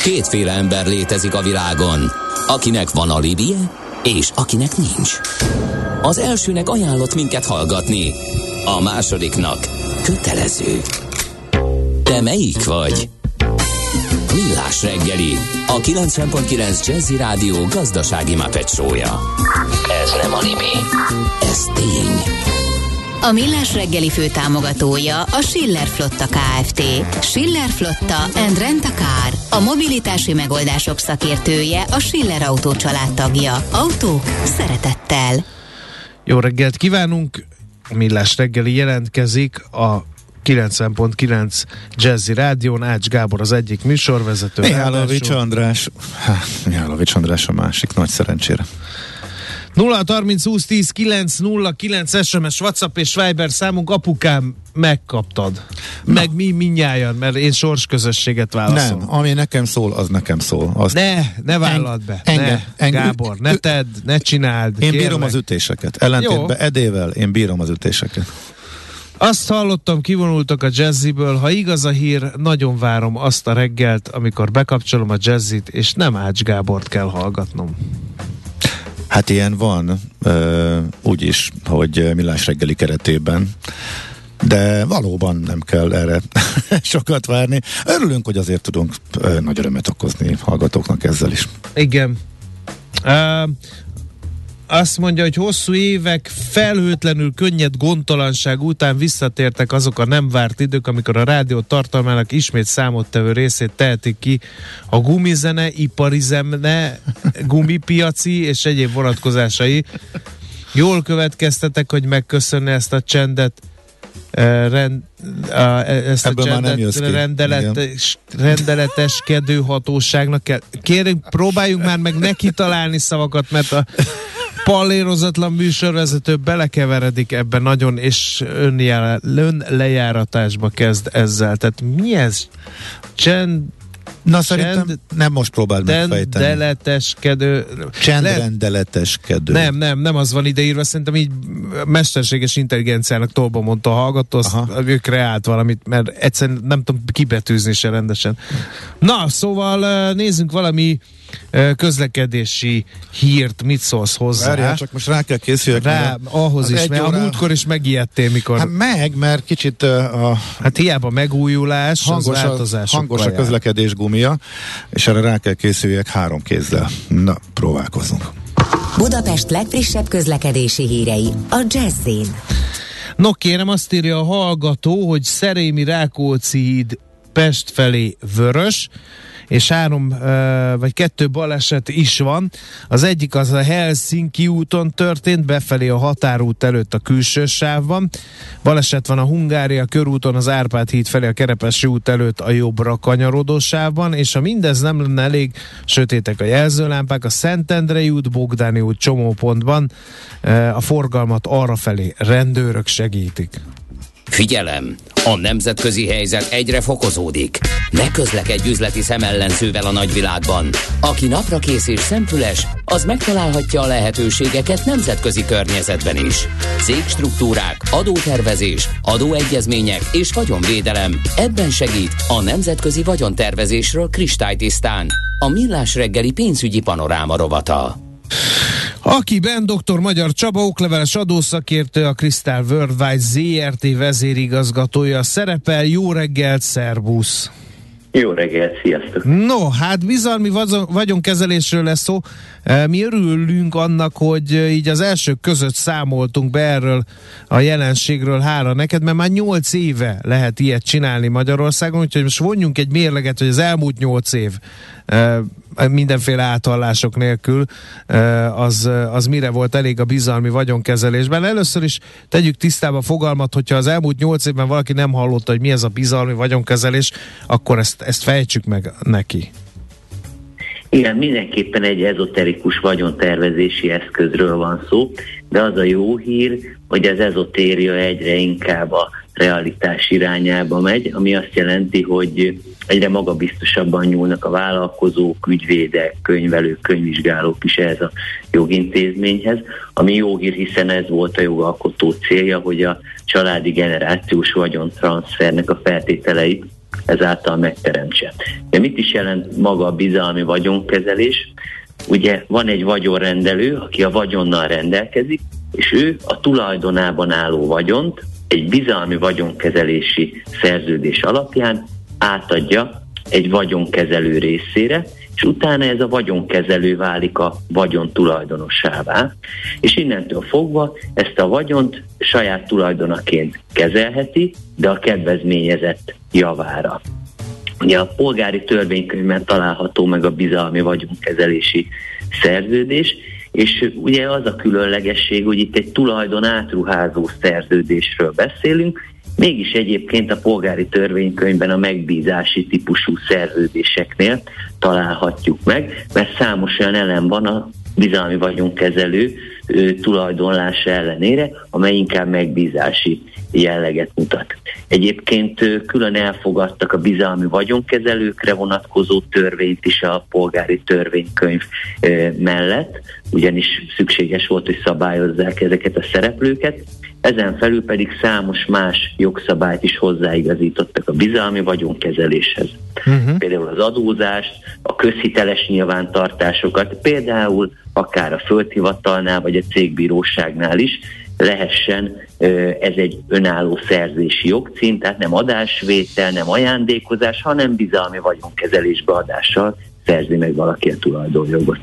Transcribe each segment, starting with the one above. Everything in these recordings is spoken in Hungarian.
Kétféle ember létezik a világon, akinek van alibije, és akinek nincs. Az elsőnek ajánlott minket hallgatni, a másodiknak kötelező. Te melyik vagy? Millás reggeli, a 90.9 Jazzy Rádió gazdasági Muppet show-ja. Ez nem anime, ez tény. A Millás reggeli főtámogatója a Schiller Flotta Kft. Schiller Flotta and Rent a Car. A mobilitási megoldások szakértője, a Schiller Autó család tagja. Autók szeretettel. Jó reggelt kívánunk! A Millás reggeli jelentkezik a 90.9 Jazzy Rádión. Ács Gábor az egyik műsorvezető. Mihálovics András. Mihálovics András a másik, nagy szerencsére. 0-30 20 10 909 SMS, WhatsApp és Viber számunk. Apukám, megkaptad. Meg mi mindnyájan, mert én sorsközösséget válaszolom. Nem, ami nekem szól, az nekem szól. Azt Ne vállald be. Gábor, ne tedd, ne csináld. Én bírom az ütéseket. Ellentétben Edével én bírom az ütéseket. Azt hallottam, kivonultak a Jazzyből. Ha igaz a hír, nagyon várom azt a reggelt, amikor bekapcsolom a Jazzit, és nem Ács Gábort kell hallgatnom. Hát ilyen van, úgyis, hogy Millás reggeli keretében, de valóban nem kell erre sokat várni. Örülünk, hogy azért tudunk nagy örömet okozni hallgatóknak ezzel is. Igen. Azt mondja, hogy hosszú évek felhőtlenül könnyed gondtalanság után visszatértek azok a nem várt idők, amikor a rádió tartalmának ismét számottevő részét tehetik ki a gumizene, iparizene, gumipiaci és egyéb vonatkozásai. Jól következtetek, hogy ezt a csendet, rendeleteskedő hatóságnak kell. Kérünk, próbáljunk már meg neki találni szavakat, mert a pallérozatlan műsorvezető belekeveredik ebben nagyon, és önlejáratásba kezd ezzel. Tehát mi ez? Szerintem nem most próbáld megfejteni. Csendrendeleteskedő. Nem az van ideírva, szerintem így mesterséges intelligenciának tolba mondta a hallgató, ő kreált valamit, mert egyszerűen nem tudom kibetűzni se rendesen. Na, szóval nézzünk valami közlekedési hírt, mit szólsz hozzá? Várjál, csak most rá kell készüljek. Ahhoz is, mert a múltkor is megijedtél, mikor... Hát mert kicsit hát hiába megújulás, hangos a közlekedés gumia, és erre rá kell készüljek 3 kézzel. Na, próbálkozunk. Budapest legfrissebb közlekedési hírei a Jazzin. No kérem, azt írja a hallgató, hogy Szerémi Rákóczi híd Pest felé vörös, és 2 baleset is van. Az egyik az a Helsinki úton történt, befelé a határút előtt a külső sávban. Baleset van a Hungária körúton, az Árpád híd felé a Kerepesi út előtt a jobbra kanyarodó sávban, és ha mindez nem lenne elég, sötétek a jelzőlámpák, a Szentendrei út, Bogdáni út csomópontban a forgalmat arrafelé rendőrök segítik. Figyelem! A nemzetközi helyzet egyre fokozódik. Ne közlekedj üzleti szemellenzővel a nagyvilágban. Aki naprakész és szemfüles, az megtalálhatja a lehetőségeket nemzetközi környezetben is. Cégstruktúrák, adótervezés, adóegyezmények és vagyonvédelem. Ebben segít a nemzetközi vagyontervezésről kristálytisztán. A Millás reggeli pénzügyi panoráma rovata. Akiben dr. Magyar Csaba, okleveles adószakértő, a Crystal Worldwide ZRT vezérigazgatója szerepel. Jó reggelt, szervusz! Jó reggelt, sziasztok! No, hát bizalmi vagyonkezelésről lesz szó. Mi örülünk annak, hogy így az elsők között számoltunk be erről a jelenségről, hála neked, mert már 8 éve lehet ilyet csinálni Magyarországon, úgyhogy most vonjunk egy mérleget, hogy az elmúlt 8 év mindenféle áthallások nélkül az mire volt elég a bizalmi vagyonkezelésben. Először is tegyük tisztába fogalmat, hogyha az elmúlt 8 évben valaki nem hallotta, hogy mi ez a bizalmi vagyonkezelés, akkor ezt fejtsük meg neki. Igen, mindenképpen egy ezoterikus vagyontervezési eszközről van szó, de az a jó hír, hogy az ezotéria egyre inkább a realitás irányába megy, ami azt jelenti, hogy egyre magabiztosabban nyúlnak a vállalkozók, ügyvédek, könyvelők, könyvvizsgálók is ehhez a jogintézményhez, ami jó hír, hiszen ez volt a jogalkotó célja, hogy a családi generációs vagyontranszfernek a feltételeit ezáltal megteremtse. De mit is jelent maga a bizalmi vagyonkezelés? Ugye van egy vagyonrendelő, aki a vagyonnal rendelkezik, és ő a tulajdonában álló vagyont egy bizalmi vagyonkezelési szerződés alapján átadja egy vagyonkezelő részére, és utána ez a vagyonkezelő válik a vagyon tulajdonossává, és innentől fogva ezt a vagyont saját tulajdonaként kezelheti, de a kedvezményezett javára. Ugye a polgári törvénykönyvben található meg a bizalmi vagyonkezelési szerződés, és ugye az a különlegesség, hogy itt egy tulajdon átruházó szerződésről beszélünk, mégis egyébként a polgári törvénykönyvben a megbízási típusú szerződéseknél találhatjuk meg, mert számos olyan elem van a bizalmi vagyonkezelő tulajdonlása ellenére, amely inkább megbízási jelleget mutat. Egyébként külön elfogadtak a bizalmi vagyonkezelőkre vonatkozó törvényt is a polgári törvénykönyv mellett, ugyanis szükséges volt, hogy szabályozzák ezeket a szereplőket. Ezen felül pedig számos más jogszabályt is hozzáigazítottak a bizalmi vagyonkezeléshez. Például az adózást, a közhiteles nyilvántartásokat, például akár a földhivatalnál vagy a cégbíróságnál is lehessen ez egy önálló szerzési jogcím, tehát nem adásvétel, nem ajándékozás, hanem bizalmi vagyonkezelésbe adással szerzi meg valaki a tulajdonjogot.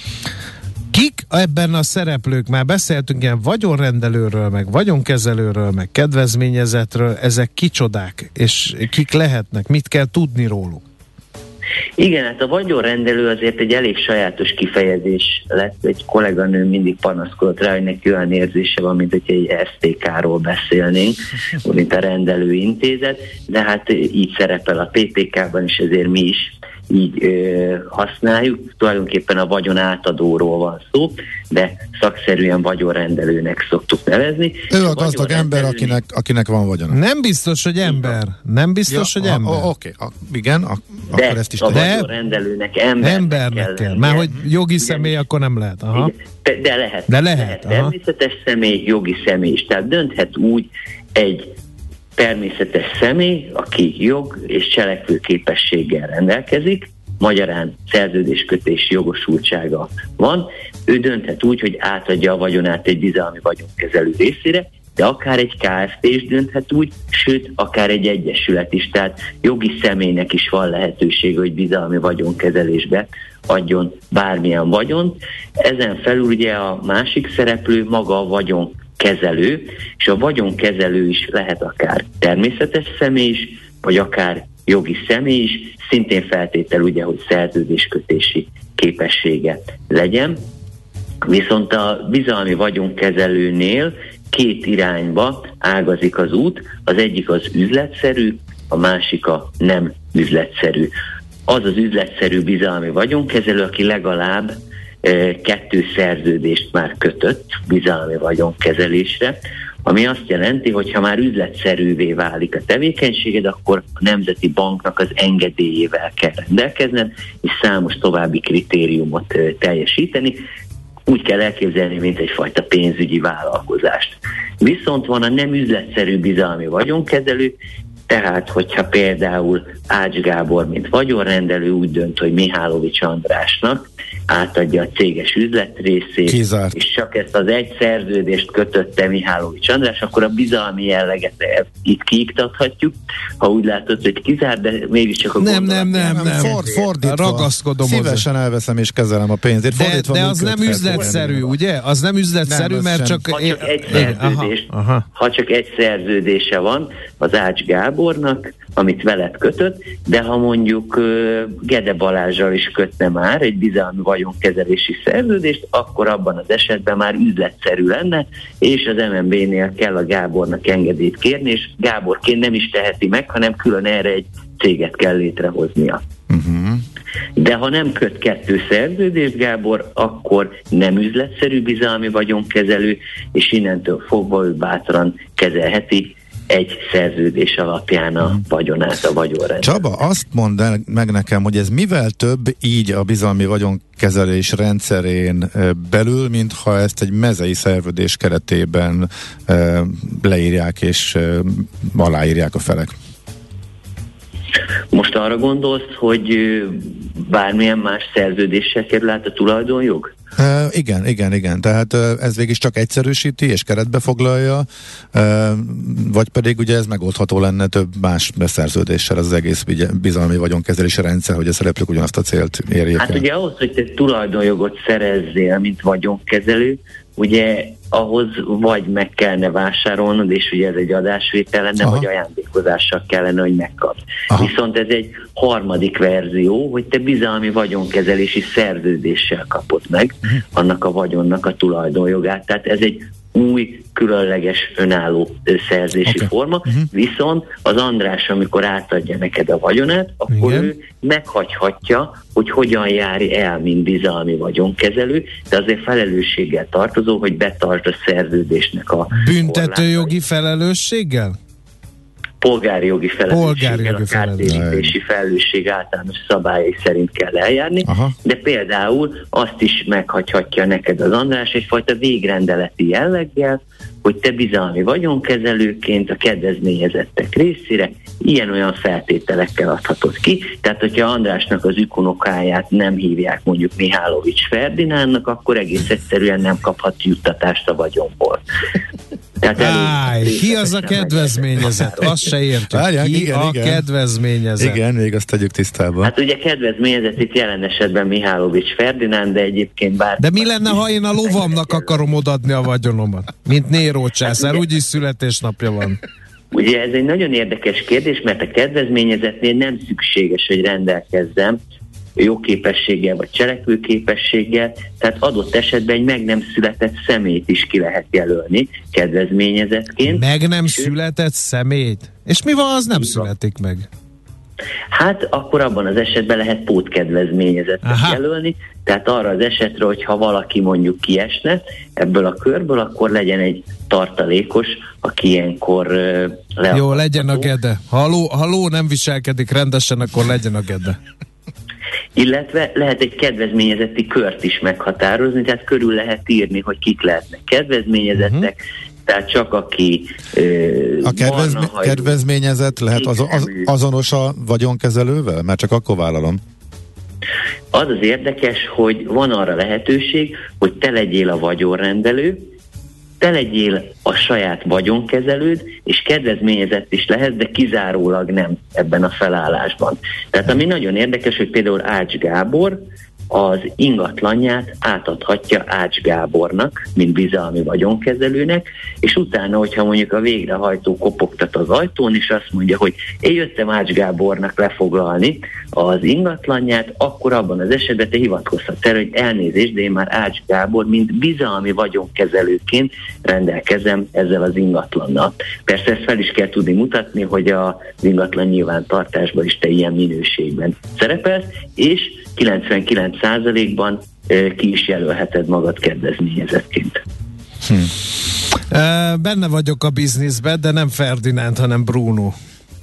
Kik ebben a szereplők? Már beszéltünk ilyen vagyonrendelőről, meg vagyonkezelőről, meg kedvezményezetről. Ezek kicsodák, és kik lehetnek? Mit kell tudni róluk? Igen, hát a vagyonrendelő azért egy elég sajátos kifejezés lett. Egy kolléganő mindig panaszkodott rá, hogy neki olyan érzése van, mint hogy egy STK-ról beszélnénk, mint a rendelőintézet, de hát így szerepel a PTK-ban, és ezért mi is így használjuk. Tulajdonképpen a vagyon átadóról van szó, de szakszerűen vagyonrendelőnek szoktuk nevezni. Ő a gazdag ember, akinek van vagyona. Nem biztos, hogy ember. Nem biztos, hogy ember. Oké, igen, de akkor ezt is a vagyonrendelőnek embernek kell. Már hogy jogi személy, akkor nem lehet. Aha. De lehet. Lehet. Természetes személy, jogi személy is. Tehát dönthet úgy egy természetes személy, aki jog és cselekvő képességgel rendelkezik, magyarán szerződéskötési jogosultsága van, ő dönthet úgy, hogy átadja a vagyonát egy bizalmi vagyonkezelő részére, de akár egy KFT is dönthet úgy, sőt, akár egy egyesület is, tehát jogi személynek is van lehetőség, hogy bizalmi vagyonkezelésbe adjon bármilyen vagyont. Ezen felül ugye a másik szereplő maga a vagyonkezelő, és a vagyonkezelő is lehet akár természetes személy is, vagy akár jogi személy is, szintén feltétel ugye, hogy szerződéskötési képessége legyen. Viszont a bizalmi vagyonkezelőnél két irányba ágazik az út, az egyik az üzletszerű, a másik a nem üzletszerű. Az az üzletszerű bizalmi vagyonkezelő, aki legalább 2 szerződést már kötött bizalmi vagyonkezelésre, ami azt jelenti, hogy ha már üzletszerűvé válik a tevékenységed, akkor a Nemzeti Banknak az engedélyével kell rendelkezned, és számos további kritériumot teljesíteni. Úgy kell elképzelni, mint egyfajta pénzügyi vállalkozást. Viszont van a nem üzletszerű bizalmi vagyonkezelő, tehát, hogyha például Ács Gábor, mint vagyonrendelő úgy dönt, hogy Mihálovics Andrásnak átadja a céges üzletrészét, kizárt, és csak ezt az egy szerződést kötötte Mihálovics András, akkor a bizalmi jelleget itt kiiktathatjuk, ha úgy látod, hogy kizárt, de mégiscsak a nem. Fordítva. Ragaszkodom szívesen elveszem és kezelem a pénzét. De az nem üzletszerű, ugye? Az nem üzletszerű, nem, mert csak... Ha csak egy szerződése van az Ács Gábornak, amit veled kötött, de ha mondjuk Gede Balázsral is kötne már egy bizalmi vagyonkezelési szerződést, akkor abban az esetben már üzletszerű lenne, és az MNB-nél kell a Gábornak engedélyt kérni, és Gáborként nem is teheti meg, hanem külön erre egy céget kell létrehoznia. De ha nem köt 2 szerződést Gábor, akkor nem üzletszerű bizalmi vagyonkezelő, és innentől fogva ő bátran kezelheti egy szerződés alapján a vagyonát, a vagyonrendet. Csaba, azt mondd meg nekem, hogy ez mivel több így a bizalmi vagyonkezelés rendszerén belül, mint ha ezt egy mezei szerződés keretében leírják és aláírják a felek? Most arra gondolsz, hogy bármilyen más szerződéssel kerül át a tulajdonjog? Igen. Tehát ez végig csak egyszerűsíti és keretbe foglalja, vagy pedig ugye ez megoldható lenne több más beszerződéssel az egész bizalmi vagyonkezelési rendszer, hogy a szereplők ugyanazt a célt érjék el. Hát ugye ahhoz, hogy te tulajdonjogot szerezzél, mint vagyonkezelő, ugye ahhoz vagy meg kellene vásárolnod, és ugye ez egy adásvétel lenne, vagy ajándékozással kellene, hogy megkapd. Viszont ez egy harmadik verzió, hogy te bizalmi vagyonkezelési szerződéssel kapod meg annak a vagyonnak a tulajdonjogát. Tehát ez egy új, különleges, önálló szerzési forma, viszont az András, amikor átadja neked a vagyonát, akkor ő meghagyhatja, hogy hogyan járj el, mint bizalmi vagyonkezelő, de azért felelősséggel tartozó, hogy betartsd a szerződésnek a büntetőjogi felelősséggel? Polgári jogi felelősséggel, a kártérítési felelősség általános szabályai szerint kell eljárni, de például azt is meghagyhatja neked az András egyfajta végrendeleti jelleggel, hogy te bizalmi vagyonkezelőként a kedvezményezettek részére ilyen-olyan feltételekkel adhatod ki. Tehát, hogyha Andrásnak az ükunokáját nem hívják mondjuk Mihálovics Ferdinandnak, akkor egész egyszerűen nem kaphat juttatást a vagyonból. Ki az a kedvezményezett? Azt se értük. Igen. Kedvezményezett? Igen, még azt tegyük tisztába. Hát ugye kedvezményezett itt jelen esetben Mihálovics Ferdinánd, de egyébként bár... De mi lenne, ha én a lovamnak akarom odaadni a vagyonomat? Mint Néró császár, úgyis születésnapja van. Ugye ez egy nagyon érdekes kérdés, mert a kedvezményezetnél nem szükséges, hogy rendelkezzem jogképességgel vagy cselekvőképességgel, tehát adott esetben egy meg nem született személyt is ki lehet jelölni kedvezményezetként. Meg nem született személyt? És mi van, az nem születik meg? Hát akkor abban az esetben lehet pótkedvezményezettet jelölni, tehát arra az esetre, hogyha valaki mondjuk kiesne ebből a körből, akkor legyen egy tartalékos, aki ilyenkor leadható. Jó, legyen a gede. Ha a ló nem viselkedik rendesen, akkor legyen a gede. Illetve lehet egy kedvezményezeti kört is meghatározni, tehát körül lehet írni, hogy kik lehetnek kedvezményezettek, tehát csak aki kedvezményezett lehet azonos a vagyonkezelővel? Mert csak akkor vállalom. Az az érdekes, hogy van arra lehetőség, hogy te legyél a vagyonrendelő, te legyél a saját vagyonkezelőd, és kedvezményezett is lehet, de kizárólag nem ebben a felállásban. Tehát ami nagyon érdekes, hogy például Ács Gábor az ingatlanját átadhatja Ács Gábornak, mint bizalmi vagyonkezelőnek, és utána, hogyha mondjuk a végrehajtó kopogtat az ajtón, és azt mondja, hogy én jöttem Ács Gábornak lefoglalni az ingatlanját, akkor abban az esetben te hivatkozhatsz erre, hogy elnézést, de én már Ács Gábor, mint bizalmi vagyonkezelőként rendelkezem ezzel az ingatlannal. Persze ezt fel is kell tudni mutatni, hogy az ingatlan nyilvántartásban is te ilyen minőségben szerepelsz, és 99%-ban ki is jelölheted magad kedvezményezettként. Benne vagyok a bizniszben, de nem Ferdinánd, hanem Bruno.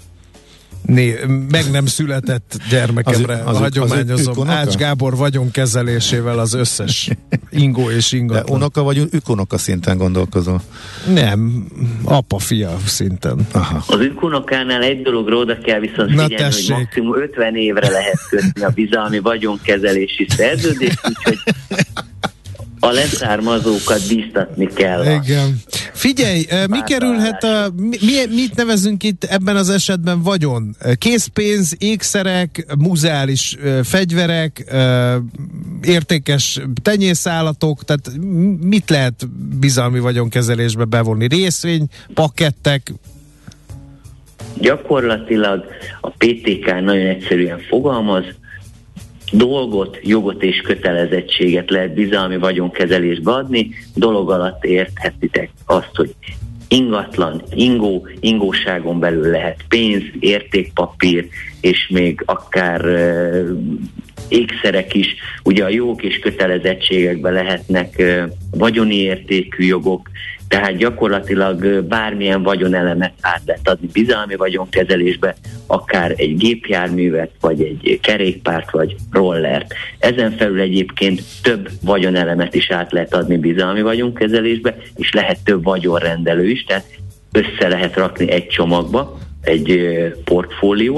Meg nem született gyermekemre hagyományozom. Ács Gábor vagyonkezelésével az összes ingó és ingatlan. De unoka vagy ükunoka szinten gondolkozol? Nem, apa-fia szinten. Aha. Az ükunokánál egy dologra oda kell viszont figyelni, hogy maximum 50 évre lehet kötni a bizalmi vagyonkezelési szerződést, úgyhogy a leszármazókat bíztatni kell. Igen. Figyelj, mi kerülhet mit nevezünk itt ebben az esetben vagyon? Készpénz, ékszerek, muzeális fegyverek, értékes tenyészállatok, tehát mit lehet bizalmi vagyonkezelésbe bevonni? Részvény, pakettek? Gyakorlatilag a PTK nagyon egyszerűen fogalmaz, dolgot, jogot és kötelezettséget lehet bizalmi vagyonkezelésbe adni. Dolog alatt érthetitek azt, hogy ingatlan, ingóságon belül lehet pénz, értékpapír, és még akár ékszerek is. Ugye a jogok és kötelezettségekben lehetnek vagyoni értékű jogok, tehát gyakorlatilag bármilyen vagyonelemet át lehet adni bizalmi vagyonkezelésbe, akár egy gépjárművet, vagy egy kerékpárt, vagy rollert. Ezen felül egyébként több vagyonelemet is át lehet adni bizalmi vagyonkezelésbe, és lehet több vagyonrendelő is, tehát össze lehet rakni egy csomagba egy portfóliót,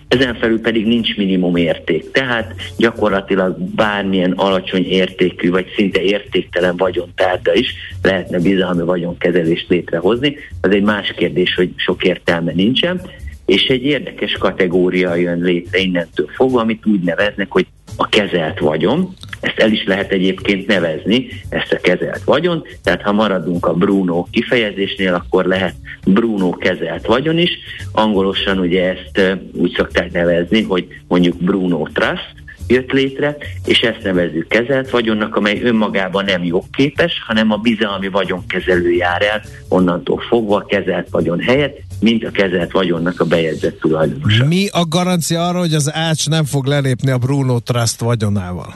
ezen felül pedig nincs minimum érték. Tehát gyakorlatilag bármilyen alacsony értékű, vagy szinte értéktelen vagyontárgya is lehetne bizalmi vagyonkezelést létrehozni. Az egy más kérdés, hogy sok értelme nincsen, és egy érdekes kategória jön létre innentől fogva, amit úgy neveznek, hogy a kezelt vagyon. Ezt el is lehet egyébként nevezni, ezt a kezelt vagyon, tehát ha maradunk a Bruno kifejezésnél, akkor lehet Bruno kezelt vagyon is. Angolosan ugye ezt úgy szokták nevezni, hogy mondjuk Bruno Trust jött létre, és ezt nevezzük kezelt vagyonnak, amely önmagában nem jogképes, hanem a bizalmi vagyonkezelő jár el onnantól fogva a kezelt vagyon helyett, mint a kezelt vagyonnak a bejegyzett tulajdonosa. Mi a garancia arra, hogy az Ács nem fog lelépni a Bruno Trust vagyonával?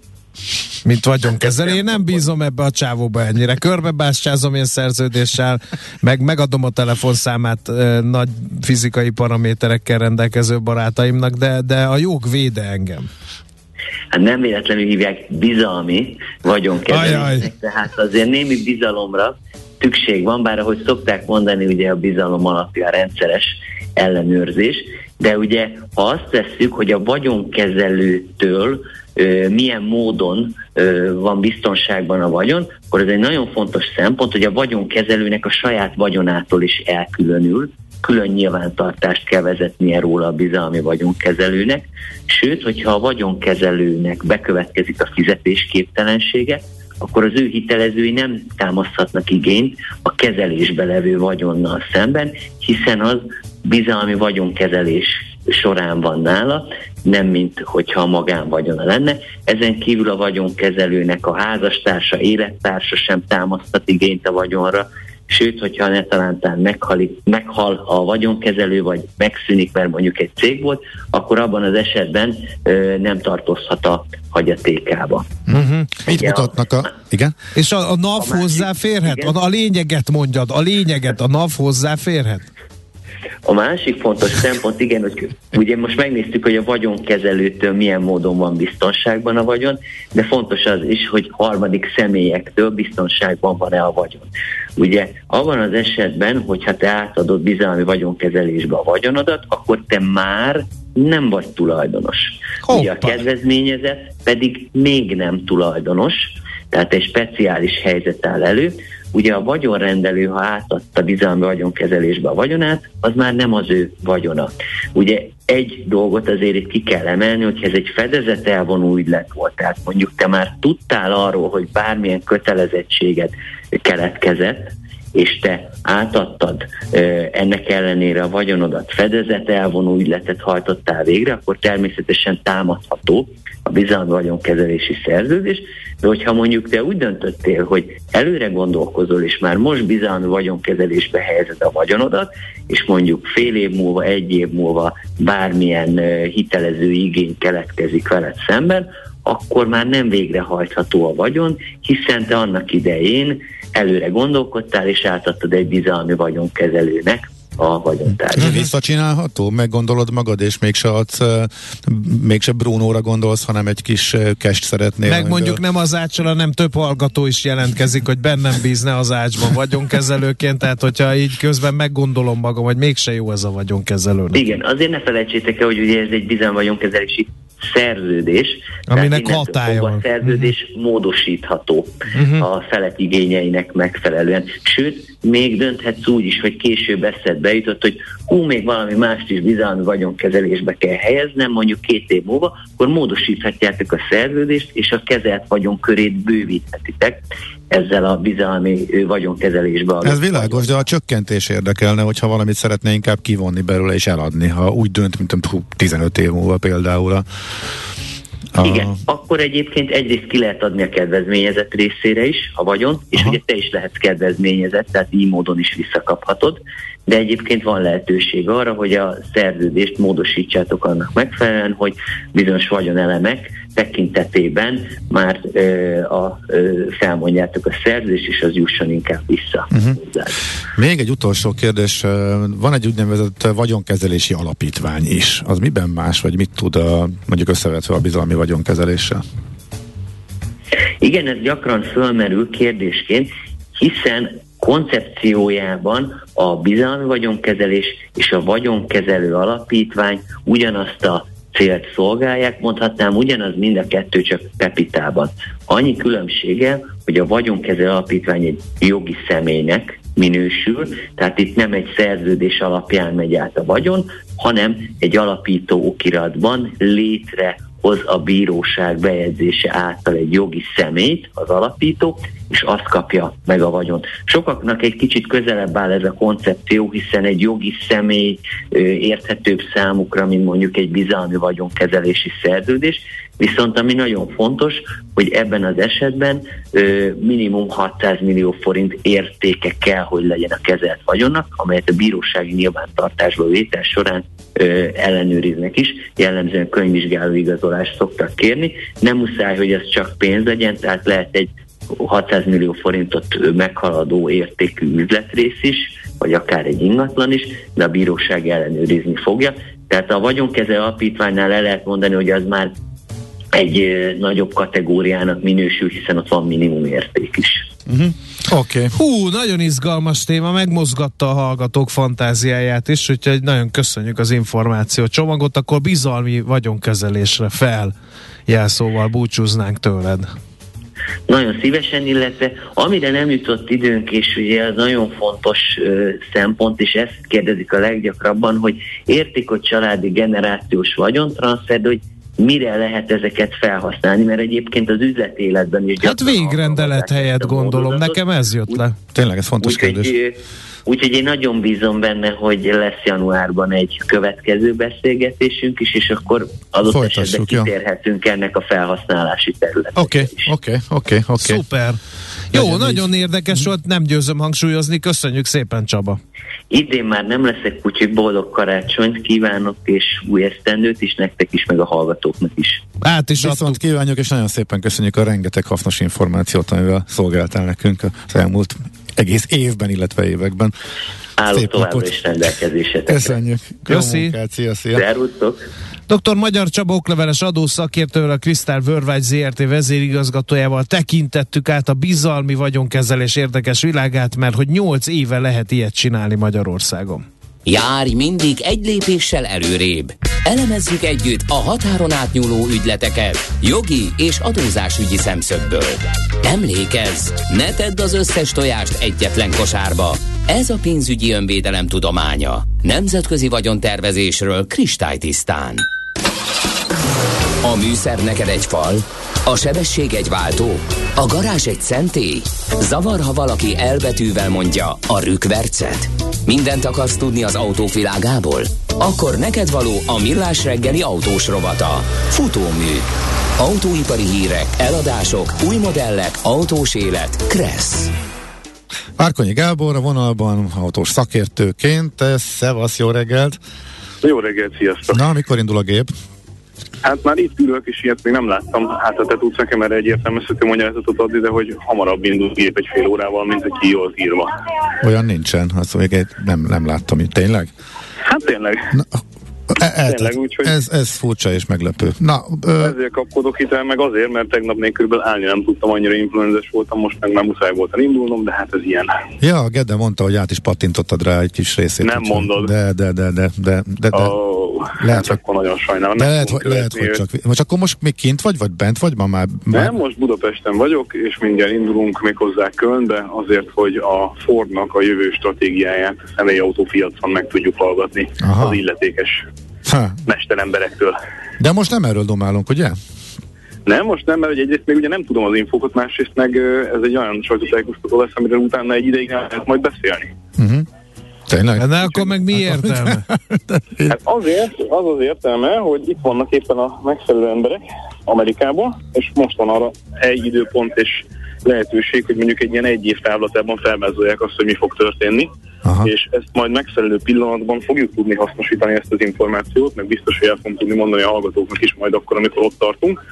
Mint vagyonkezelő. Én nem bízom ebbe a csávóba ennyire. Körbebástyázom én szerződéssel, meg megadom a telefonszámát nagy fizikai paraméterekkel rendelkező barátaimnak, de a jog véde engem. Hát nem véletlenül hívják bizalmi vagyonkezelésnek, tehát azért némi bizalomra szükség van, bár ahogy szokták mondani, ugye a bizalom alapja a rendszeres ellenőrzés, de ugye ha azt vesszük, hogy a vagyonkezelőtől milyen módon van biztonságban a vagyon, akkor ez egy nagyon fontos szempont, hogy a vagyonkezelőnek a saját vagyonától is elkülönül, külön nyilvántartást kell vezetnie róla a bizalmi vagyonkezelőnek, sőt, hogyha a vagyonkezelőnek bekövetkezik a fizetésképtelensége, akkor az ő hitelezői nem támaszthatnak igényt a kezelésbe levő vagyonnal szemben, hiszen az bizalmi vagyonkezelés során van nála, nem mint hogyha a magánvagyona lenne. Ezen kívül a vagyonkezelőnek a házastársa, élettársa sem támaszthat igényt a vagyonra, sőt, hogyha netalántán meghal a vagyonkezelő, vagy megszűnik, mert mondjuk egy cég volt, akkor abban az esetben nem tartozhat a hagyatékába. Mit mutatnak igen? És a NAV hozzáférhet? A lényeget mondjad, a NAV hozzáférhet? A másik fontos szempont, igen, hogy ugye most megnéztük, hogy a vagyonkezelőtől milyen módon van biztonságban a vagyon, de fontos az is, hogy harmadik személyektől biztonságban van-e a vagyon. Ugye abban az esetben, hogyha te átadod bizalmi vagyonkezelésbe a vagyonodat, akkor te már nem vagy tulajdonos. Ugye a kedvezményezett pedig még nem tulajdonos, tehát egy speciális helyzet áll elő. Ugye a vagyonrendelő, ha átadta bizalmi vagyonkezelésbe a vagyonát, az már nem az ő vagyona. Ugye egy dolgot azért itt ki kell emelni, hogy ez egy fedezetelvonó ügylet volt, tehát mondjuk te már tudtál arról, hogy bármilyen kötelezettséged keletkezett, és te átadtad ennek ellenére a vagyonodat, fedezetelvonó ügyletet hajtottál végre, akkor természetesen támadható a bizalmi vagyonkezelési szerződés, de hogyha mondjuk te úgy döntöttél, hogy előre gondolkozol, és már most bizalmi vagyonkezelésbe helyezed a vagyonodat, és mondjuk fél év múlva, egy év múlva bármilyen hitelező igény keletkezik veled szemben, akkor már nem végrehajtható a vagyon, hiszen te annak idején előre gondolkodtál, és átadtad egy bizalmi vagyonkezelőnek a vagyontárgyat. Visszacsinálható? Meggondolod magad, és mégse Brunóra gondolsz, hanem egy kis cash szeretnél. Meg mondjuk nem az Áccsal, hanem több hallgató is jelentkezik, hogy bennem bízne az Ácsban vagyonkezelőként, tehát hogyha így közben meggondolom magam, hogy mégse jó ez a vagyonkezelőnek. Igen, azért ne felejtsétek el, hogy ugye ez egy bizalmi vagyonkezelési szerződés, aminek hatálya van. A szerződés módosítható a felek igényeinek megfelelően. Sőt, még dönthetsz úgy is, hogy később eszedbe jutott, hogy még valami mást is bizalmi vagyonkezelésbe kell helyeznem, mondjuk 2 év múlva, akkor módosíthatjátok a szerződést, és a kezelt vagyonkörét bővíthetitek ezzel a bizalmi vagyonkezelésbe. Ez világos, de a csökkentés érdekelne, hogyha valamit szeretne inkább kivonni belőle és eladni, ha úgy dönt, mint 15 év múlva például. Igen, akkor egyébként egyrészt ki lehet adni a kedvezményezett részére is a vagyon, és ugye te is lehetsz kedvezményezett, tehát így módon is visszakaphatod, de egyébként van lehetőség arra, hogy a szerződést módosítsátok annak megfelelően, hogy bizonyos vagyonelemek tekintetében már felmondjátok a szerződést, és az jusson inkább vissza. Még egy utolsó kérdés, van egy úgynevezett vagyonkezelési alapítvány is. Az miben más, vagy mit tud mondjuk összevetve a bizalmi vagyonkezeléssel? Igen, ez gyakran fölmerül kérdésként, hiszen koncepciójában a bizalmi vagyonkezelés és a vagyonkezelő alapítvány ugyanazt a célt szolgálják, mondhatnám ugyanaz mind a kettő, csak Pepitában. Annyi különbsége, hogy a vagyonkezelő alapítvány egy jogi személynek minősül, tehát itt nem egy szerződés alapján megy át a vagyon, hanem egy alapító okiratban létrehoz a bíróság bejegyzése által egy jogi személyt, az alapító, és azt kapja meg a vagyont. Sokaknak egy kicsit közelebb áll ez a koncepció, hiszen egy jogi személy érthetőbb számukra, mint mondjuk egy bizalmi vagyonkezelési szerződés, viszont ami nagyon fontos, hogy ebben az esetben minimum 600 millió forint értéke kell, hogy legyen a kezelt vagyonnak, amelyet a bírósági nyilvántartásba vétel során ellenőriznek is, jellemzően könyvvizsgáló igazolást szoktak kérni. Nem muszáj, hogy ez csak pénz legyen, tehát lehet egy 600 millió forintot meghaladó értékű üzletrész is, vagy akár egy ingatlan is, de a bíróság ellenőrizni fogja. Tehát a vagyonkezelő alapítványnál le lehet mondani, hogy az már egy nagyobb kategóriának minősül, hiszen ott van minimum érték is. Oké. Hú, nagyon izgalmas téma, megmozgatta a hallgatók fantáziáját is, úgyhogy nagyon köszönjük az információ csomagot, akkor bizalmi vagyonkezelésre jelszóval búcsúznánk tőled. Nagyon szívesen, illetve amire nem jutott időnk, és ugye az nagyon fontos szempont, és ezt kérdezik a leggyakrabban, hogy értékot családi generációs vagyontranszfer, de hogy mire lehet ezeket felhasználni, mert egyébként az üzleti életben is... Hát végrendelet helyett gondolom, nekem ez jött le. Tényleg, ez fontos kérdés. Úgyhogy én nagyon bízom benne, hogy lesz januárban egy következő beszélgetésünk is, és akkor adott esetben kitérhetünk ennek a felhasználási területekre is. Oké. Szuper. Jó, nagyon érdekes volt, nem győzöm hangsúlyozni, köszönjük szépen, Csaba. Idén már nem leszek úgyhogy boldog karácsonyt kívánok, és új esztendőt is nektek is, meg a hallgatóknak is. Át is viszont kívánjuk, és nagyon szépen köszönjük a rengeteg hasznos információt, amivel szolgáltál nekünk az elmúlt egész évben, illetve években. Állok továbbra is rendelkezésetekre. Köszönjük. Köszi. Szia. Szervusztok. Dr. Magyar Csaba okleveles adószakértővel, a Krisztál Worldwide ZRT vezérigazgatójával tekintettük át a bizalmi vagyonkezelés érdekes világát, mert hogy 8 éve lehet ilyet csinálni Magyarországon. Járj mindig egy lépéssel előrébb. Elemezzük együtt a határon átnyúló ügyleteket jogi és adózásügyi szemszögből. Emlékezz, ne tedd az összes tojást egyetlen kosárba. Ez a pénzügyi önvédelem tudománya. Nemzetközi vagyontervezésről kristálytisztán. A műszer neked egy fal, a sebesség egy váltó, a garázs egy szentély. Zavar, ha valaki elbetűvel mondja a rükvercet. Mindent akarsz tudni az autók világából? Akkor neked való a Millás reggeli autós rovata. Futómű. Autóipari hírek, eladások, új modellek, autós élet. Kressz. Márkonyi Gábor a vonalban autós szakértőként. Szevasz, jó reggelt! Jó reggelt, sziasztok! Na, mikor indul a gép? Hát már itt ülök, és ilyet még nem láttam. Hát te tudsz nekem erre egyértelműzhető magyarázatot adni, de hogy hamarabb indul gép egy fél órával, mint hogy ki jól írva. Olyan nincsen, azt még nem láttam itt. Tényleg? Hát tényleg. Tényleg, úgyhogy ez furcsa és meglepő. Ezért kapkodok itt el, meg azért, mert tegnap még körülbelül állni nem tudtam, annyira influenzes voltam, most meg már muszáj volt elindulnom, de hát ez ilyen. Ja, Gede mondta, hogy át is pattintottad rá egy kis részét. Nem mondod. De. Lehet, hát akkor nagyon sajnálom. De lehet, hogy csak. Most akkor most még kint vagy bent vagy ma már? Nem, most Budapesten vagyok, és mindjárt indulunk még hozzá Kölnbe, azért, hogy a Fordnak a jövő stratégiáját a személyi autópiacon meg tudjuk hallgatni az illetékes mesteremberektől. De most nem erről domálunk, ugye? Nem, most nem, mert egyrészt még ugye nem tudom az infókat, másrészt meg ez egy olyan sajtótájékoztató lesz, amiről utána egy ideig nem lehet majd beszélni. Tényleg? De akkor meg mi értelme? Hát azért, az értelme, hogy itt vannak éppen a megfelelő emberek Amerikából, és most van arra egy időpont és lehetőség, hogy mondjuk egy ilyen egy év távlatában felvázolják azt, hogy mi fog történni. Aha. És ezt majd megfelelő pillanatban fogjuk tudni hasznosítani ezt az információt, meg biztos, hogy el fogunk tudni mondani a hallgatóknak is majd akkor, amikor ott tartunk.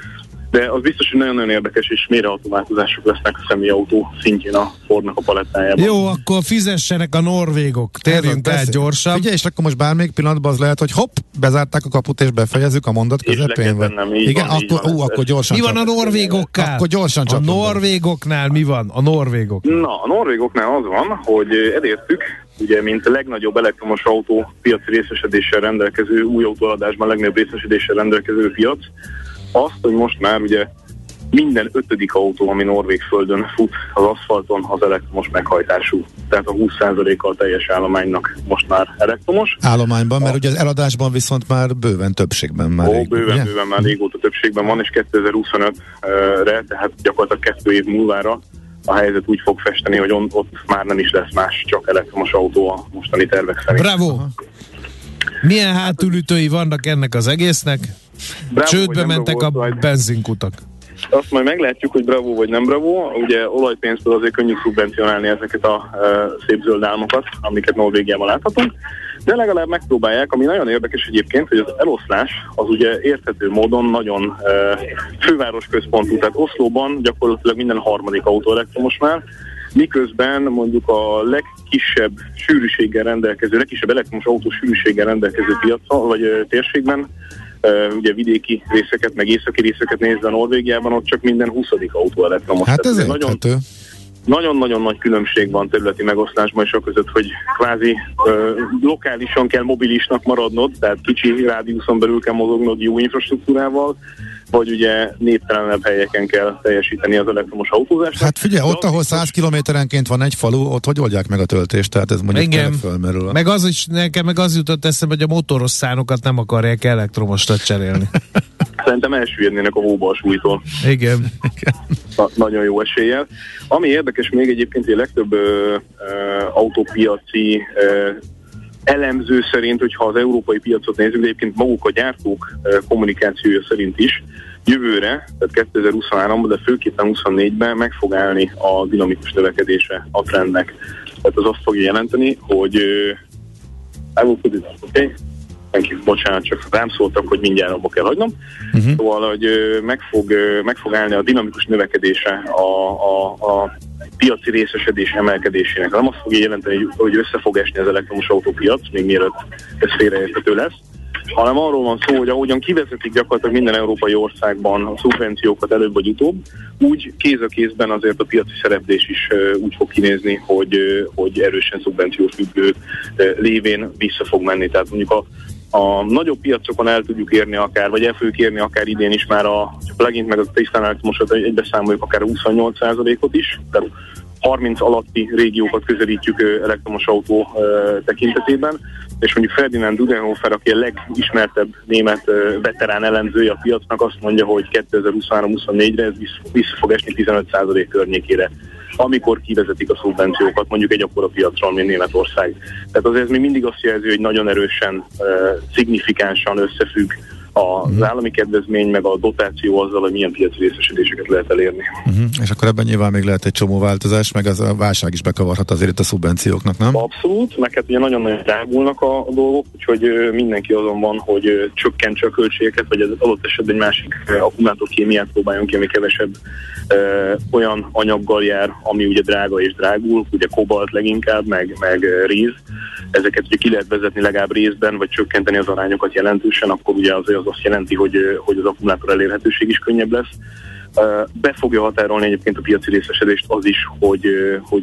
de az biztos, hogy nagyon-nagyon érdekes és mélyreható változások lesznek a személyautó szintjén a Fordnak a palettájában. Jó, akkor fizessenek a norvégok. Térjünk át gyorsan. Ugye, és akkor most bármelyik pillanatban az lehet, hogy hopp, bezárták a kaput és befejezzük a mondat közepén. Igen, akkor gyorsan. Mi van a norvégokkal? Akkor gyorsan a norvégoknál mi van? A norvégoknál? Na, a norvégoknál az van, hogy elértük, ugye, mint a legnagyobb elektromos autó piaci részesedéssel rendelkező, új autóadásban legnagyobb részesedéssel rendelkező piac, azt, hogy most már ugye minden 5. autó, ami norvég földön fut az aszfalton, az elektromos meghajtású. Tehát a 20%-a a teljes állománynak most már elektromos. Állományban, mert ugye az eladásban viszont már bőven többségben már. Bőven már régóta többségben van, és 2025-re, tehát gyakorlatilag 2 év múlvára a helyzet úgy fog festeni, hogy ott már nem is lesz más, csak elektromos autó a mostani tervek szerint. Bravo! Milyen hátulütői vannak ennek az egésznek? Csődbe mentek a benzinkutak. Azt majd meglátjuk, hogy bravo vagy nem bravo. Ugye olajpénztől azért könnyű szubvencionálni ezeket a szép zöld álmokat, amiket Norvégiában láthatunk, de legalább megpróbálják, ami nagyon érdekes egyébként, hogy az eloszlás az ugye érthető módon nagyon fővárosközpontú, tehát Oszlóban gyakorlatilag minden 3. autó elektromos már, miközben mondjuk a legkisebb elektromos autó sűrűséggel rendelkező piacon, vagy térségben, ugye vidéki részeket, meg északi részeket nézve Norvégiában, ott csak minden 20. autó elektromos. Hát ez érthető. Nagyon-nagyon nagy különbség van területi megoszlásban és a között, hogy kvázi lokálisan kell mobilisnak maradnod, tehát kicsi rádiuszon belül kell mozognod jó infrastruktúrával, vagy ugye néptelenebb helyeken kell teljesíteni az elektromos autózást. Hát figyelj, ott, ahol 100 kilométerenként van egy falu, ott hogy oldják meg a töltést? Tehát ez mondjuk tényleg fölmerül. Meg az is, nekem meg az jutott eszembe, hogy a motoros szánokat nem akarják elektromosat cserélni. Szerintem elsüllyednének a hóba a súlytól. Igen. Nagyon jó eséllyel. Ami érdekes még egyébként, hogy a legtöbb autópiaci elemző szerint, hogyha az európai piacot nézzük, de egyébként maguk a gyártók kommunikációja szerint is, jövőre, tehát 2023-ban, de főképpen 24-ben meg fog állni a dinamikus növekedése a trendnek. Tehát az azt fogja jelenteni, hogy bocsánat, csak rám szóltak, hogy mindjárt abba kell hagynom. Szóval, hogy meg fog állni a dinamikus növekedése a piaci részesedés emelkedésének. Nem azt fogja jelenteni, hogy össze fog esni az elektromos autópiac, még mielőtt ez félreérthető lesz, hanem arról van szó, hogy ahogyan kivezetik gyakorlatilag minden európai országban a szubvenciókat előbb vagy utóbb, úgy kéz a kézben azért a piaci szereplés is úgy fog kinézni, hogy erősen szubvenciófüggő lévén vissza fog menni. Tehát mondjuk a nagyobb piacokon el tudjuk érni akár, vagy el fogjuk érni akár idén is már a plugin meg a tisztán elektromosat egybeszámoljuk akár 28%-ot is, tehát 30 alatti régiókat közelítjük elektromos autó tekintetében, és mondjuk Ferdinand Dudenhofer, aki a legismertebb német veterán elemzője a piacnak, azt mondja, hogy 2023-24-re ez vissza fog esni 15% környékére, amikor kivezetik a szubvenciókat mondjuk egy akkora piacról, mint Németország. Tehát azért ez még mindig azt jelzi, hogy nagyon erősen, szignifikánsan összefügg az állami kedvezmény, meg a dotáció azzal, hogy milyen piaci részesedéseket lehet elérni. És akkor ebben nyilván még lehet egy csomó változás, meg az a válság is bekavarhat azért itt a szubvencióknak, nem? Abszolút, meg hát ugye nagyon-nagyon drágulnak a dolgok, úgyhogy mindenki azon van, hogy csökkentse a költségeket, vagy az adott esetben egy másik akkumulátorkémiát próbáljon ki, ami kevesebb olyan anyaggal jár, ami ugye drága és drágul, ugye kobalt leginkább, meg réz. Ezeket ugye ki lehet vezetni legalább részben, vagy csökkenteni az arányokat jelentősen, akkor ugye az azt jelenti, hogy az akkumulátor elérhetőség is könnyebb lesz. Be fogja határolni egyébként a piaci részesedést az is, hogy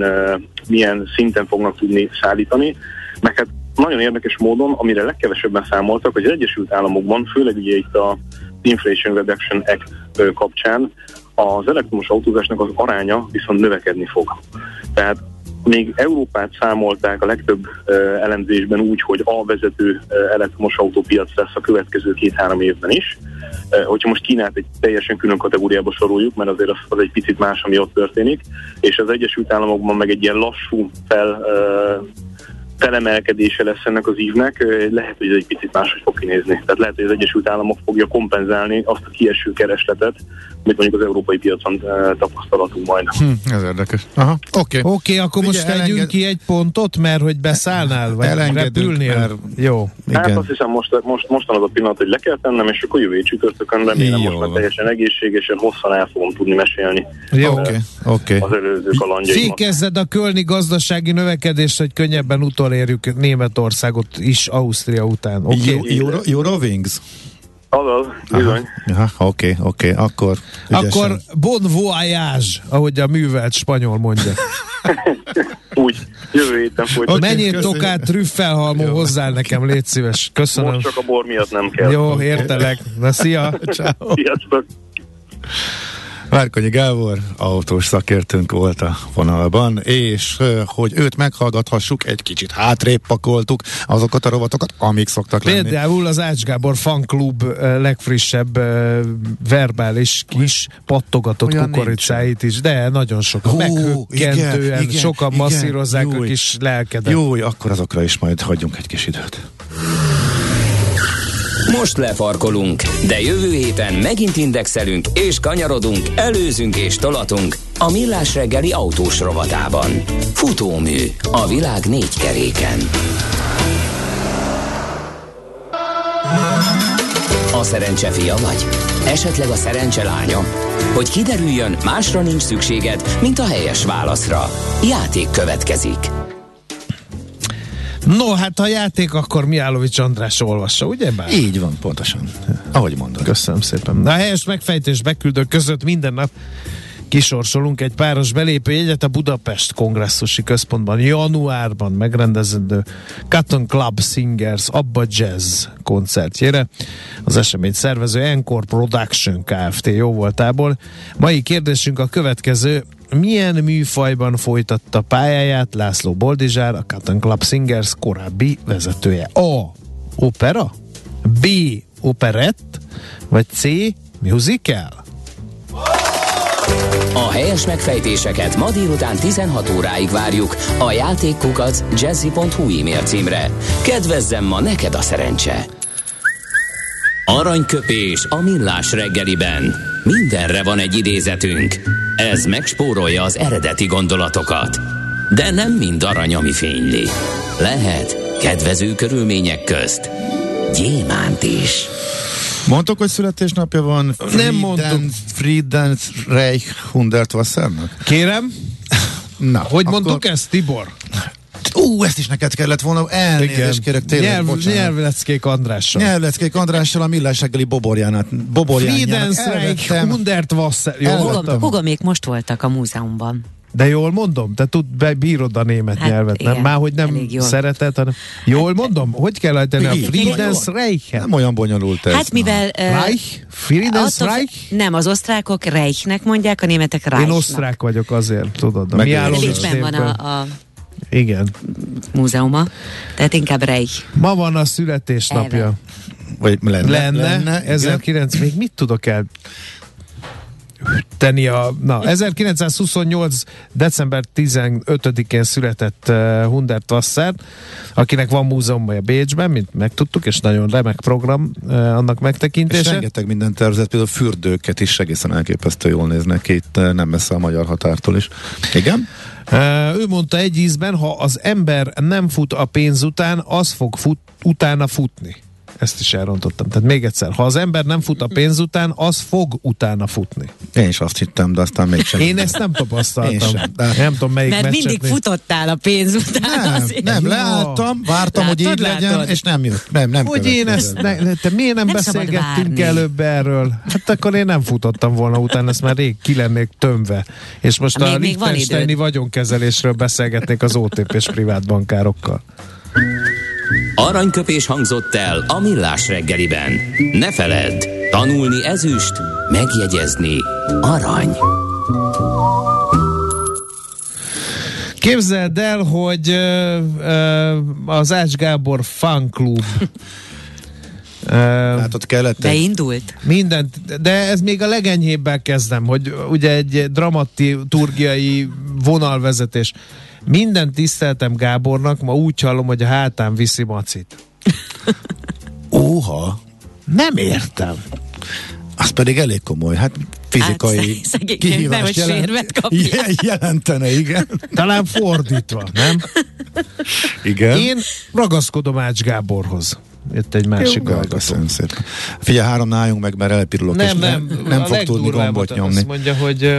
milyen szinten fognak tudni szállítani. Meg hát nagyon érdekes módon, amire legkevesebben számoltak, hogy az Egyesült Államokban, főleg ugye itt a Inflation Reduction Act kapcsán az elektromos autózásnak az aránya viszont növekedni fog. Tehát még Európát számolták a legtöbb elemzésben úgy, hogy a vezető elektromos autópiac lesz a következő 2-3 évben is. Hogyha most Kínát egy teljesen külön kategóriába soroljuk, mert azért az egy picit más, ami ott történik, és az Egyesült Államokban meg egy ilyen lassú felemelkedése lesz ennek az ívnek, lehet, hogy ez egy picit máshogy fog kinézni. Tehát lehet, hogy az Egyesült Államok fogja kompenzálni azt a kieső keresletet, amit mondjuk az európai piacon tapasztalatunk majd. Ez érdekes. Oké, akkor most tegyünk ki egy pontot, mert hogy beszállnál, vagy repülnél? Jó. Hát azt hiszem mostan az a pillanat, hogy le kell tennem, és akkor jövő csütörtökön remélem most már teljesen egészségesen, hosszan el fogom tudni mesélni. Jó. Az előző kalandjaimat. Fékezzed a kölni gazdasági növekedést, hogy könnyebben utolérjük Németországot is Ausztria után. Eurowings? Azaz, bizony. Oké, akkor ügyesen. Akkor bon voyage, ahogy a művelt spanyol mondja. Úgy, jövő héten folytatjuk. Menjél tokát trüffelhalmon, hozzál nekem, légy szíves. Köszönöm. Most csak a bor miatt nem kell. Jó, értelek. Na, szia. Ciao. Sziasztok. Várkonyi Gábor, autós szakértőnk volt a vonalban, és hogy őt meghallgathassuk, egy kicsit hátrébb pakoltuk azokat a rovatokat, amik szoktak lenni. Például az Ács Gábor fanklub legfrissebb verbális kis pattogatott olyan kukoricáit is, de nagyon sokan meghökkentően, igen, sokan masszírozzák a kis lelkedet. Jó, akkor azokra is majd hagyjunk egy kis időt. Most lefarkolunk, de jövő héten megint indexelünk és kanyarodunk, előzünk és tolatunk a Millás reggeli autós rovatában. Futómű a világ 4 keréken. A szerencse fia vagy? Esetleg a szerencse lánya? Hogy kiderüljön, másra nincs szükséged, mint a helyes válaszra. Játék következik. No, hát a játék akkor Mihálovics András olvassa, ugye bár? Így van, pontosan. Ahogy mondod. Köszönöm szépen. A helyes megfejtés beküldők között minden nap kisorsolunk egy páros belépőjegyet a Budapest Kongresszusi Központban januárban megrendezendő Cotton Club Singers Abba Jazz koncertjére. Az esemény szervező Encore Production Kft. Jóvoltából. Mai kérdésünk a következő: milyen műfajban folytatta pályáját László Boldizsár, a Cotton Club Singers korábbi vezetője? A. Opera, B. Operett, vagy C. Musical? A helyes megfejtéseket ma délután 16 óráig várjuk a játékkukac@jazzy.hu e-mail címre. Kedvezzem ma neked a szerencse! Aranyköpés a Millás reggeliben. Mindenre van egy idézetünk. Ez megspórolja az eredeti gondolatokat. De nem mind arany, ami fényli. Lehet kedvező körülmények közt gyémánt is. Mondtok, hogy születésnapja van? Nem mondtuk. Friedensreich Hundertwassernak? Kérem? Na, hogy mondtuk ezt, Tibor? Ezt is neked kellett volna. Elnézést kérek, tényleg, Nyelvleckék Andrással. Nyelvleckék Andrással a Millás reggeli boborjának. Friedensreich Hundertwasser. Huga még most voltak a múzeumban. De jól mondom? Te bírod a német nyelvet, igen, nem? Már hogy nem szereted, hanem... Jól mondom? Hogy kell ejteni a Friedensreich-et? Nem olyan bonyolult ez. Hát mivel... Friedensreich? Nem, az osztrákok Reichnek mondják, a németek Reichnak. Én osztrák vagyok azért, tudod. Bécsben van a igen. múzeuma, tehát inkább Reich. Ma van a születésnapja. Vagy lenne 1900, még mit tudok el tenni 1928. december 15-én született Hundertwasser, akinek van múzeumja Bécsben, mint megtudtuk, és nagyon remek program annak megtekintése. És rengeteg minden tervezett, például fürdőket is egészen elképesztő jól néznek itt, nem messze a magyar határtól is. Igen? Ő mondta egy ízben, ha az ember nem fut a pénz után, az fog utána futni. Ezt is elrontottam. Tehát még egyszer, ha az ember nem fut a pénz után, az fog utána futni. Én is azt hittem, de aztán mégsem. Én ezt nem tapasztaltam. Nem tudom, melyik mert mindig futottál a pénz után. Nem, leálltam, vártam, hogy így legyen, és nem jött. Nem hogy én ezt, te miért nem beszélgettünk előbb erről? Hát akkor én nem futottam volna utána, ezt már rég ki lennék tömve. És most a Liechtensteini vagyonkezelésről beszélgetnék az OTP-s privátbankárokkal. Aranyköpés hangzott el a Millás reggeliben. Ne feledd, tanulni ezüst, megjegyezni arany. Képzeld el, hogy az Ács Gábor fanklub látod, kellett. Beindult? Mindent, de ez még a legenyhébbel kezdem, hogy ugye egy dramaturgiai vonalvezetés. Minden tiszteltem Gábornak, ma úgy hallom, hogy a hátán viszi Macit. Óha! Nem értem. Az pedig elég komoly, hát fizikai kihívást jelentene, igen. Talán fordítva, nem? Igen. Én ragaszkodom Ács Gáborhoz. Jött egy másik hallgató. Köszönöm szépen. Figyelj, 3 álljunk meg, mert elpirulok, és nem fog tudni gombot nyomni. Azt mondja, hogy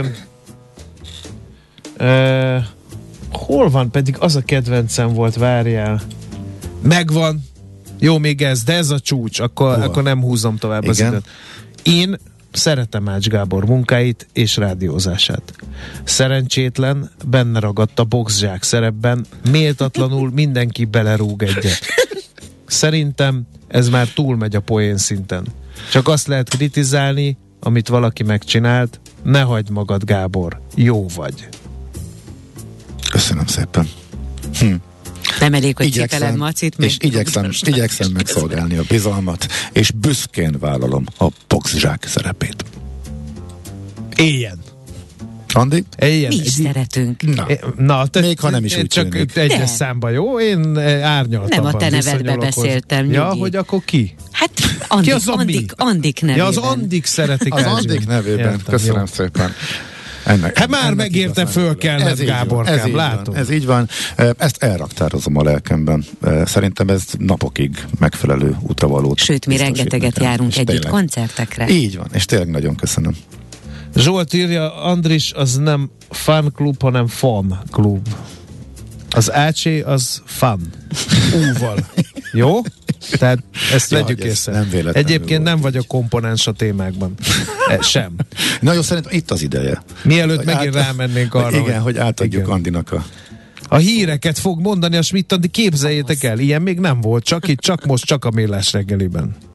hol van, pedig az a kedvencem volt, várjál. Megvan. Jó, még ez, de ez a csúcs, akkor nem húzom tovább. Igen. Az időt. Én szeretem Ács Gábor munkáit és rádiózását. Szerencsétlen, benne ragadt a boxzsák szerepben, méltatlanul mindenki belerúg egyet. Szerintem ez már túlmegy a poén szinten. Csak azt lehet kritizálni, amit valaki megcsinált. Ne hagyd magad, Gábor. Jó vagy. Köszönöm szépen. Nem elég, hogy cipeled Macit. És igyekszem megszolgálni a bizalmat, és büszkén vállalom a boxzsák szerepét. Éljen! Andi? Mi is szeretünk. Még ha nem is úgy csak egyes számba, jó? Én árnyaltabban. Nem a te nevedbe beszéltem. Ja, hogy akkor ki? Hát ki az Andik nevében. Ja, az Andik szeretik. Az Andik nevében. Értem, köszönöm szépen. Hát már megérte föl kellett, Gáborkám, látom. Ez így van. Ezt elraktározom a lelkemben. Szerintem ez napokig megfelelő útravalót. Sőt, mi rengeteget járunk együtt koncertekre. Így van, és tényleg nagyon köszönöm. Zsolt írja, Andris az nem fan klub, hanem fan klub. Az Ácsé az fan. Úval. Jó? Tehát ezt vegyük észre. Egyébként nem vagyok komponens a témákban. Sem. Na jó, szerintem itt az ideje. Mielőtt megint rámennénk arra. Igen, hogy átadjuk Andinak a híreket fog mondani a Schmidt Andi, képzeljétek el, ilyen még nem volt, csak itt, csak most, csak a Millás reggeliben.